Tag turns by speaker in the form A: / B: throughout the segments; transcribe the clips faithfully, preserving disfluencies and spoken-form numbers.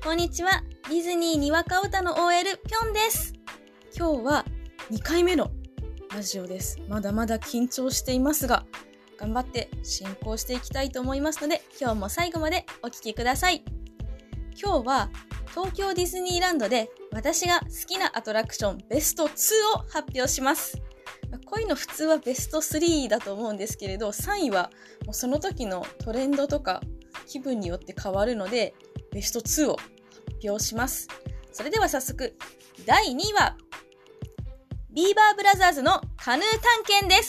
A: こんにちは。ディズニーにわか歌の オーエル ぴょんです。今日はにかいめのラジオです。まだまだ緊張していますが、頑張って進行していきたいと思いますので、今日も最後までお聞きください。今日は東京ディズニーランドで私が好きなアトラクションベストツーを発表します。こういうの普通はベストスリーだと思うんですけれど、さんいはもうその時のトレンドとか気分によって変わるので、ベストツーを発表します。それでは早速、だいにいはビーバーブラザーズのカヌー探検です。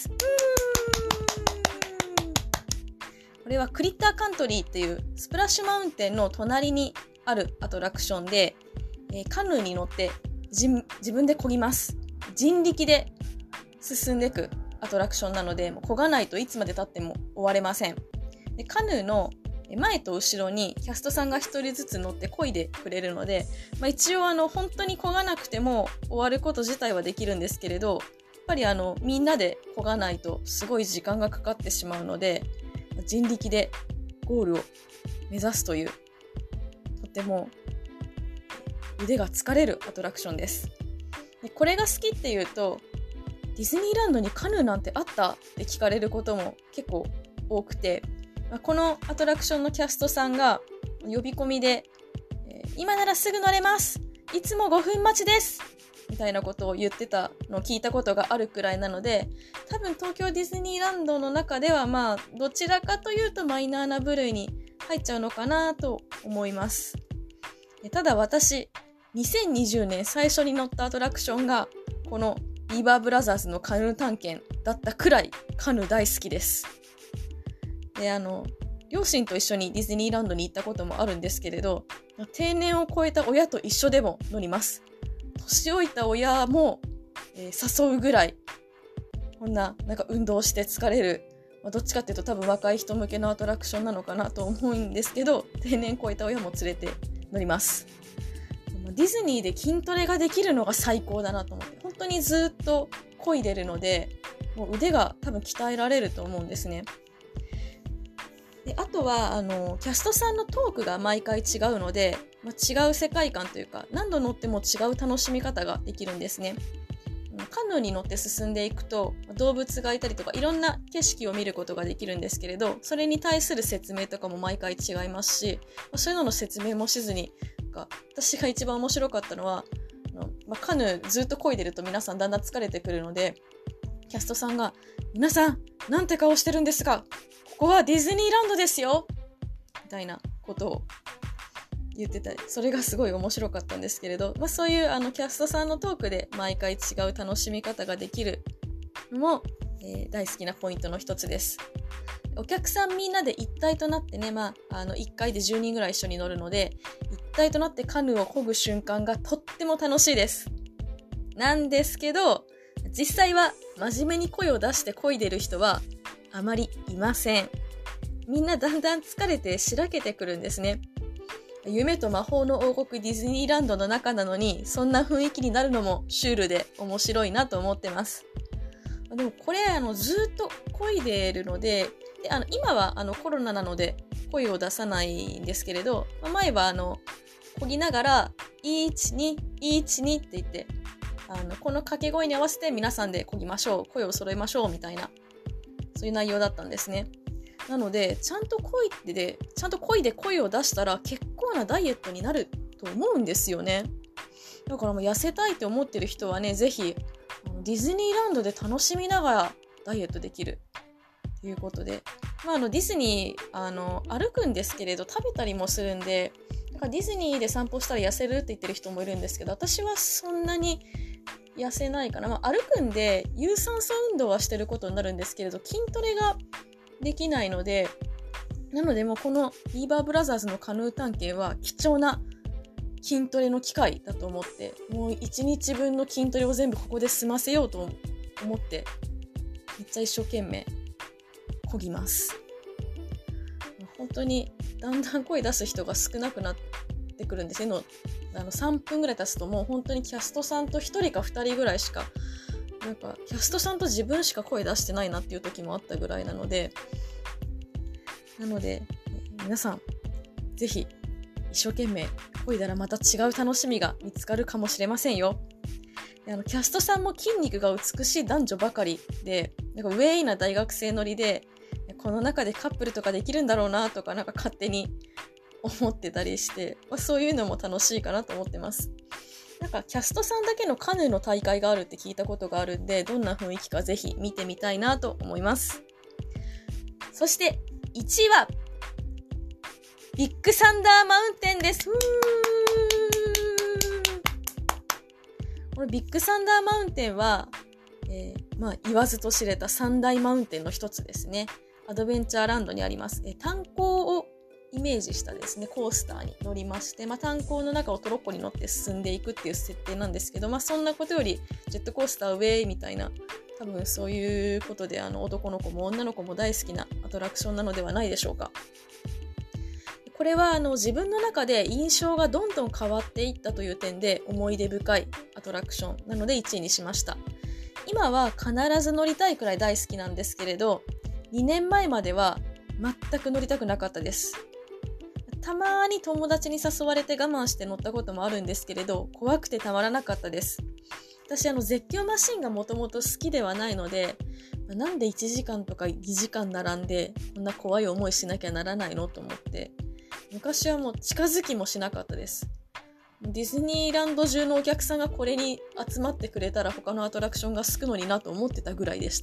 A: これはクリッターカントリーっていうスプラッシュマウンテンの隣にあるアトラクションで、えー、カヌーに乗って自分で漕ぎます。人力で進んでいくアトラクションなので、もう漕がないといつまで経っても終われません。でカヌーの前と後ろにキャストさんが一人ずつ乗って漕いでくれるので、まあ、一応あの本当に漕がなくても終わること自体はできるんですけれど、やっぱりあのみんなで漕がないとすごい時間がかかってしまうので、人力でゴールを目指すという、とても腕が疲れるアトラクションです。でこれが好きっていうと、ディズニーランドにカヌーなんてあったって聞かれることも結構多くて、このアトラクションのキャストさんが呼び込みで、えー、今ならすぐ乗れます、いつもごふん待ちですみたいなことを言ってたのを聞いたことがあるくらいなので、多分東京ディズニーランドの中ではまあどちらかというとマイナーな部類に入っちゃうのかなと思います。ただ私にせんにじゅうねん最初に乗ったアトラクションがこのビーバーブラザーズのカヌー探検だったくらいカヌー大好きです。であの両親と一緒にディズニーランドに行ったこともあるんですけれど、定年を超えた親と一緒でも乗ります。年老いた親も、えー、誘うぐらいこんななんか運動して疲れる、まあ、どっちかっていうと多分若い人向けのアトラクションなのかなと思うんですけど、定年超えた親も連れて乗ります。ディズニーで筋トレができるのが最高だなと思って、本当にずっと漕いでるので、もう腕が多分鍛えられると思うんですね。であとはあのキャストさんのトークが毎回違うので、まあ、違う世界観というか何度乗っても違う楽しみ方ができるんですね。カヌーに乗って進んでいくと動物がいたりとかいろんな景色を見ることができるんですけれど、それに対する説明とかも毎回違いますし、そういうのの説明もしずに、私が一番面白かったのはあの、まあ、カヌーずっと漕いでると皆さんだんだん疲れてくるので、キャストさんが皆さんなんて顔してるんですか、ここはディズニーランドですよみたいなことを言ってたり、それがすごい面白かったんですけれど、まあ、そういうあのキャストさんのトークで毎回違う楽しみ方ができるのも、えー、大好きなポイントの一つです。お客さんみんなで一体となってね、まあ、あのいっかいでじゅうにんぐらい一緒に乗るので、一体となってカヌーを漕ぐ瞬間がとっても楽しいです。なんですけど、実際は真面目に声を出して漕いでる人はあまりいません。みんなだんだん疲れてしらけてくるんですね。夢と魔法の王国ディズニーランドの中なのに、そんな雰囲気になるのもシュールで面白いなと思ってます。でもこれあのずっと漕いでるので、であの今はあのコロナなので声を出さないんですけれど、前はあの漕ぎながらいちにいちにって言って、あのこの掛け声に合わせて皆さんで漕ぎましょう、声を揃えましょうみたいな、そういう内容だったんですね。なのでちゃんと漕いでちゃんと漕いで声を出したら結構なダイエットになると思うんですよね。だからもう痩せたいと思ってる人はね、ぜひディズニーランドで楽しみながらダイエットできるということで、まあ、あのディズニーあの歩くんですけれど食べたりもするんで、だからディズニーで散歩したら痩せるって言ってる人もいるんですけど、私はそんなに痩せないかな。まあ、歩くんで有酸素運動はしてることになるんですけれど、筋トレができないので、なのでもうこのビーバーブラザーズのカヌー探検は貴重な筋トレの機会だと思って、もういちにちぶんの筋トレを全部ここで済ませようと思ってめっちゃ一生懸命漕ぎます。本当にだんだん声出す人が少なくなってくるんですね。あのさんぷんぐらい経つともう本当にキャストさんとひとりかふたりぐらいしか、なんかキャストさんと自分しか声出してないなっていう時もあったぐらいなので、なので皆さんぜひ一生懸命漕いだらまた違う楽しみが見つかるかもしれませんよ。であのキャストさんも筋肉が美しい男女ばかりで、なんかウェイな大学生乗りで、この中でカップルとかできるんだろうなとか、なんか勝手に思ってたりして、まあ、そういうのも楽しいかなと思ってます。なんかキャストさんだけのカヌーの大会があるって聞いたことがあるんで、どんな雰囲気かぜひ見てみたいなと思います。そしていちいはビッグサンダーマウンテンです。このビッグサンダーマウンテンは、えー、まあ言わずと知れた三大マウンテンの一つですね。アドベンチャーランドにあります。えー、炭鉱をイメージしたですね、コースターに乗りまして、まあ、炭鉱の中をトロッコに乗って進んでいくっていう設定なんですけど、まあ、そんなことよりジェットコースターウェイみたいな、多分そういうことであの男の子も女の子も大好きなアトラクションなのではないでしょうか。これはあの自分の中で印象がどんどん変わっていったという点で思い出深いアトラクションなのでいちいにしました。今は必ず乗りたいくらい大好きなんですけれど、にねんまえまでは全く乗りたくなかったです。たまに友達に誘われて我慢して乗ったこともあるんですけれど、怖くてたまらなかったです。私あの絶叫マシンがもともと好きではないので、なんでいちじかんとかにじかん並んでこんな怖い思いしなきゃならないのと思って、昔はもう近づきもしなかったです。ディズニーランド中のお客さんがこれに集まってくれたら他のアトラクションがすくのになと思ってたぐらいでした。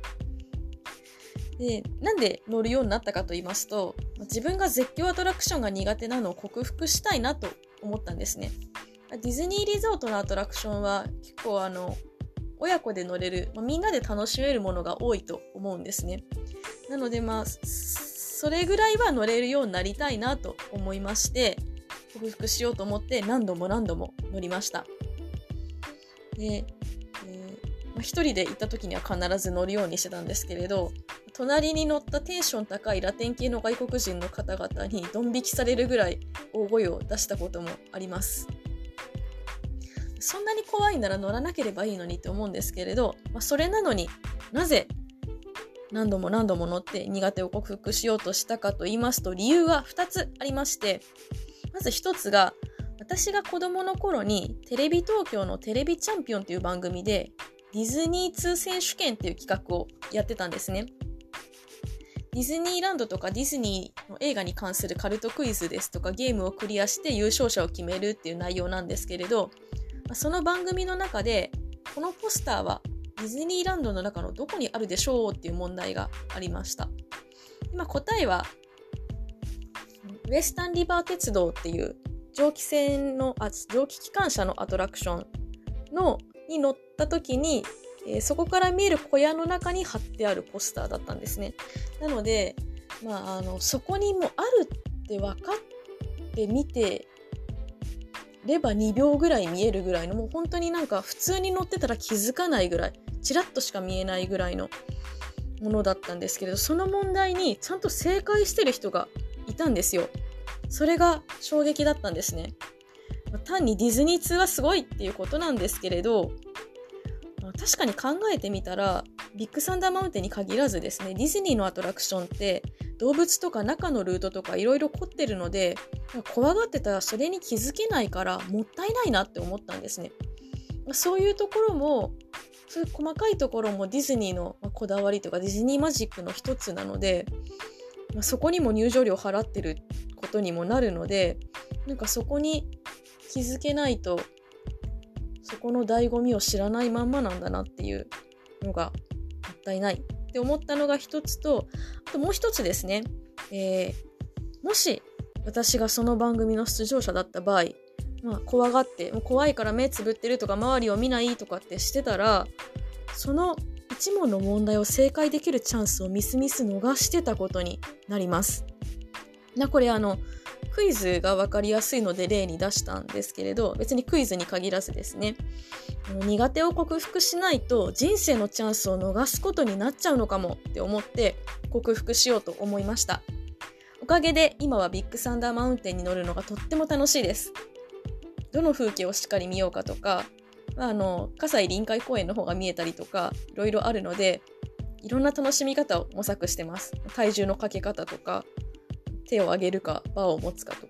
A: で、なんで乗るようになったかと言いますと、自分が絶叫アトラクションが苦手なのを克服したいなと思ったんですね。ディズニーリゾートのアトラクションは結構あの親子で乗れる、まあ、みんなで楽しめるものが多いと思うんですね。なのでまあそれぐらいは乗れるようになりたいなと思いまして、克服しようと思って何度も何度も乗りました。で、えーまあ、一人で行った時には必ず乗るようにしてたんですけれど、隣に乗ったテンション高いラテン系の外国人の方々にドン引きされるぐらい大声を出したこともあります。そんなに怖いなら乗らなければいいのにって思うんですけれど、まあ、それなのになぜ何度も何度も乗って苦手を克服しようとしたかと言いますと、理由はふたつありまして、まずひとつが、私が子供の頃にテレビ東京のテレビチャンピオンという番組でディズニーツー選手権っていう企画をやってたんですね。ディズニーランドとかディズニーの映画に関するカルトクイズですとかゲームをクリアして優勝者を決めるっていう内容なんですけれど、その番組の中でこのポスターはディズニーランドの中のどこにあるでしょうっていう問題がありました。今答えはウエスタンリバー鉄道っていう蒸気船のあ蒸気機関車のアトラクションのに乗った時に、えー、そこから見える小屋の中に貼ってあるポスターだったんですね。なので、まあ、あのそこにもあるって分かって見てればにびょうぐらい見えるぐらいの、もう本当になんか普通に乗ってたら気づかないぐらい、チラッとしか見えないぐらいのものだったんですけれど、その問題にちゃんと正解してる人がいたんですよ。それが衝撃だったんですね。単にディズニーツーはすごいっていうことなんですけれど、確かに考えてみたらビッグサンダーマウンテンに限らずですね、ディズニーのアトラクションって動物とか中のルートとかいろいろ凝ってるので、怖がってたらそれに気づけないからもったいないなって思ったんですね。そういうところも、そういう細かいところもディズニーのこだわりとかディズニーマジックの一つなので、そこにも入場料払ってることにもなるので、なんかそこに気づけないとそこの醍醐味を知らないまんまなんだなっていうのがもったいないって思ったのが一つと、あともう一つですね、えー、もし私がその番組の出場者だった場合、まあ、怖がってもう怖いから目つぶってるとか周りを見ないとかってしてたら、その一問の問題を正解できるチャンスをみすみす逃してたことになります。なこれあのクイズが分かりやすいので例に出したんですけれど、別にクイズに限らずですね、苦手を克服しないと人生のチャンスを逃すことになっちゃうのかもって思って克服しようと思いました。おかげで今はビッグサンダーマウンテンに乗るのがとっても楽しいです。どの風景をしっかり見ようかとか、あの葛西臨海公園の方が見えたりとかいろいろあるので、いろんな楽しみ方を模索してます。体重のかけ方とか、手を上げるかバーを持つかとかい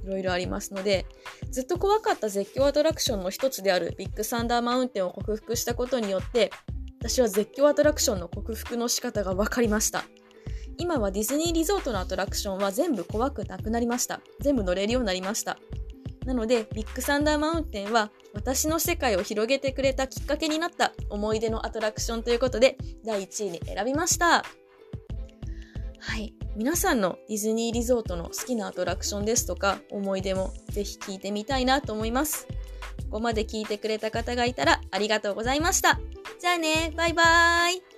A: ろいろありますので、ずっと怖かった絶叫アトラクションの一つであるビッグサンダーマウンテンを克服したことによって、私は絶叫アトラクションの克服の仕方が分かりました。今はディズニーリゾートのアトラクションは全部怖くなくなりました。全部乗れるようになりました。なのでビッグサンダーマウンテンは私の世界を広げてくれたきっかけになった思い出のアトラクションということでだいいちいに選びました。はい、皆さんのディズニーリゾートの好きなアトラクションですとか思い出もぜひ聞いてみたいなと思います。ここまで聞いてくれた方がいたらありがとうございました。じゃあね、バイバーイ。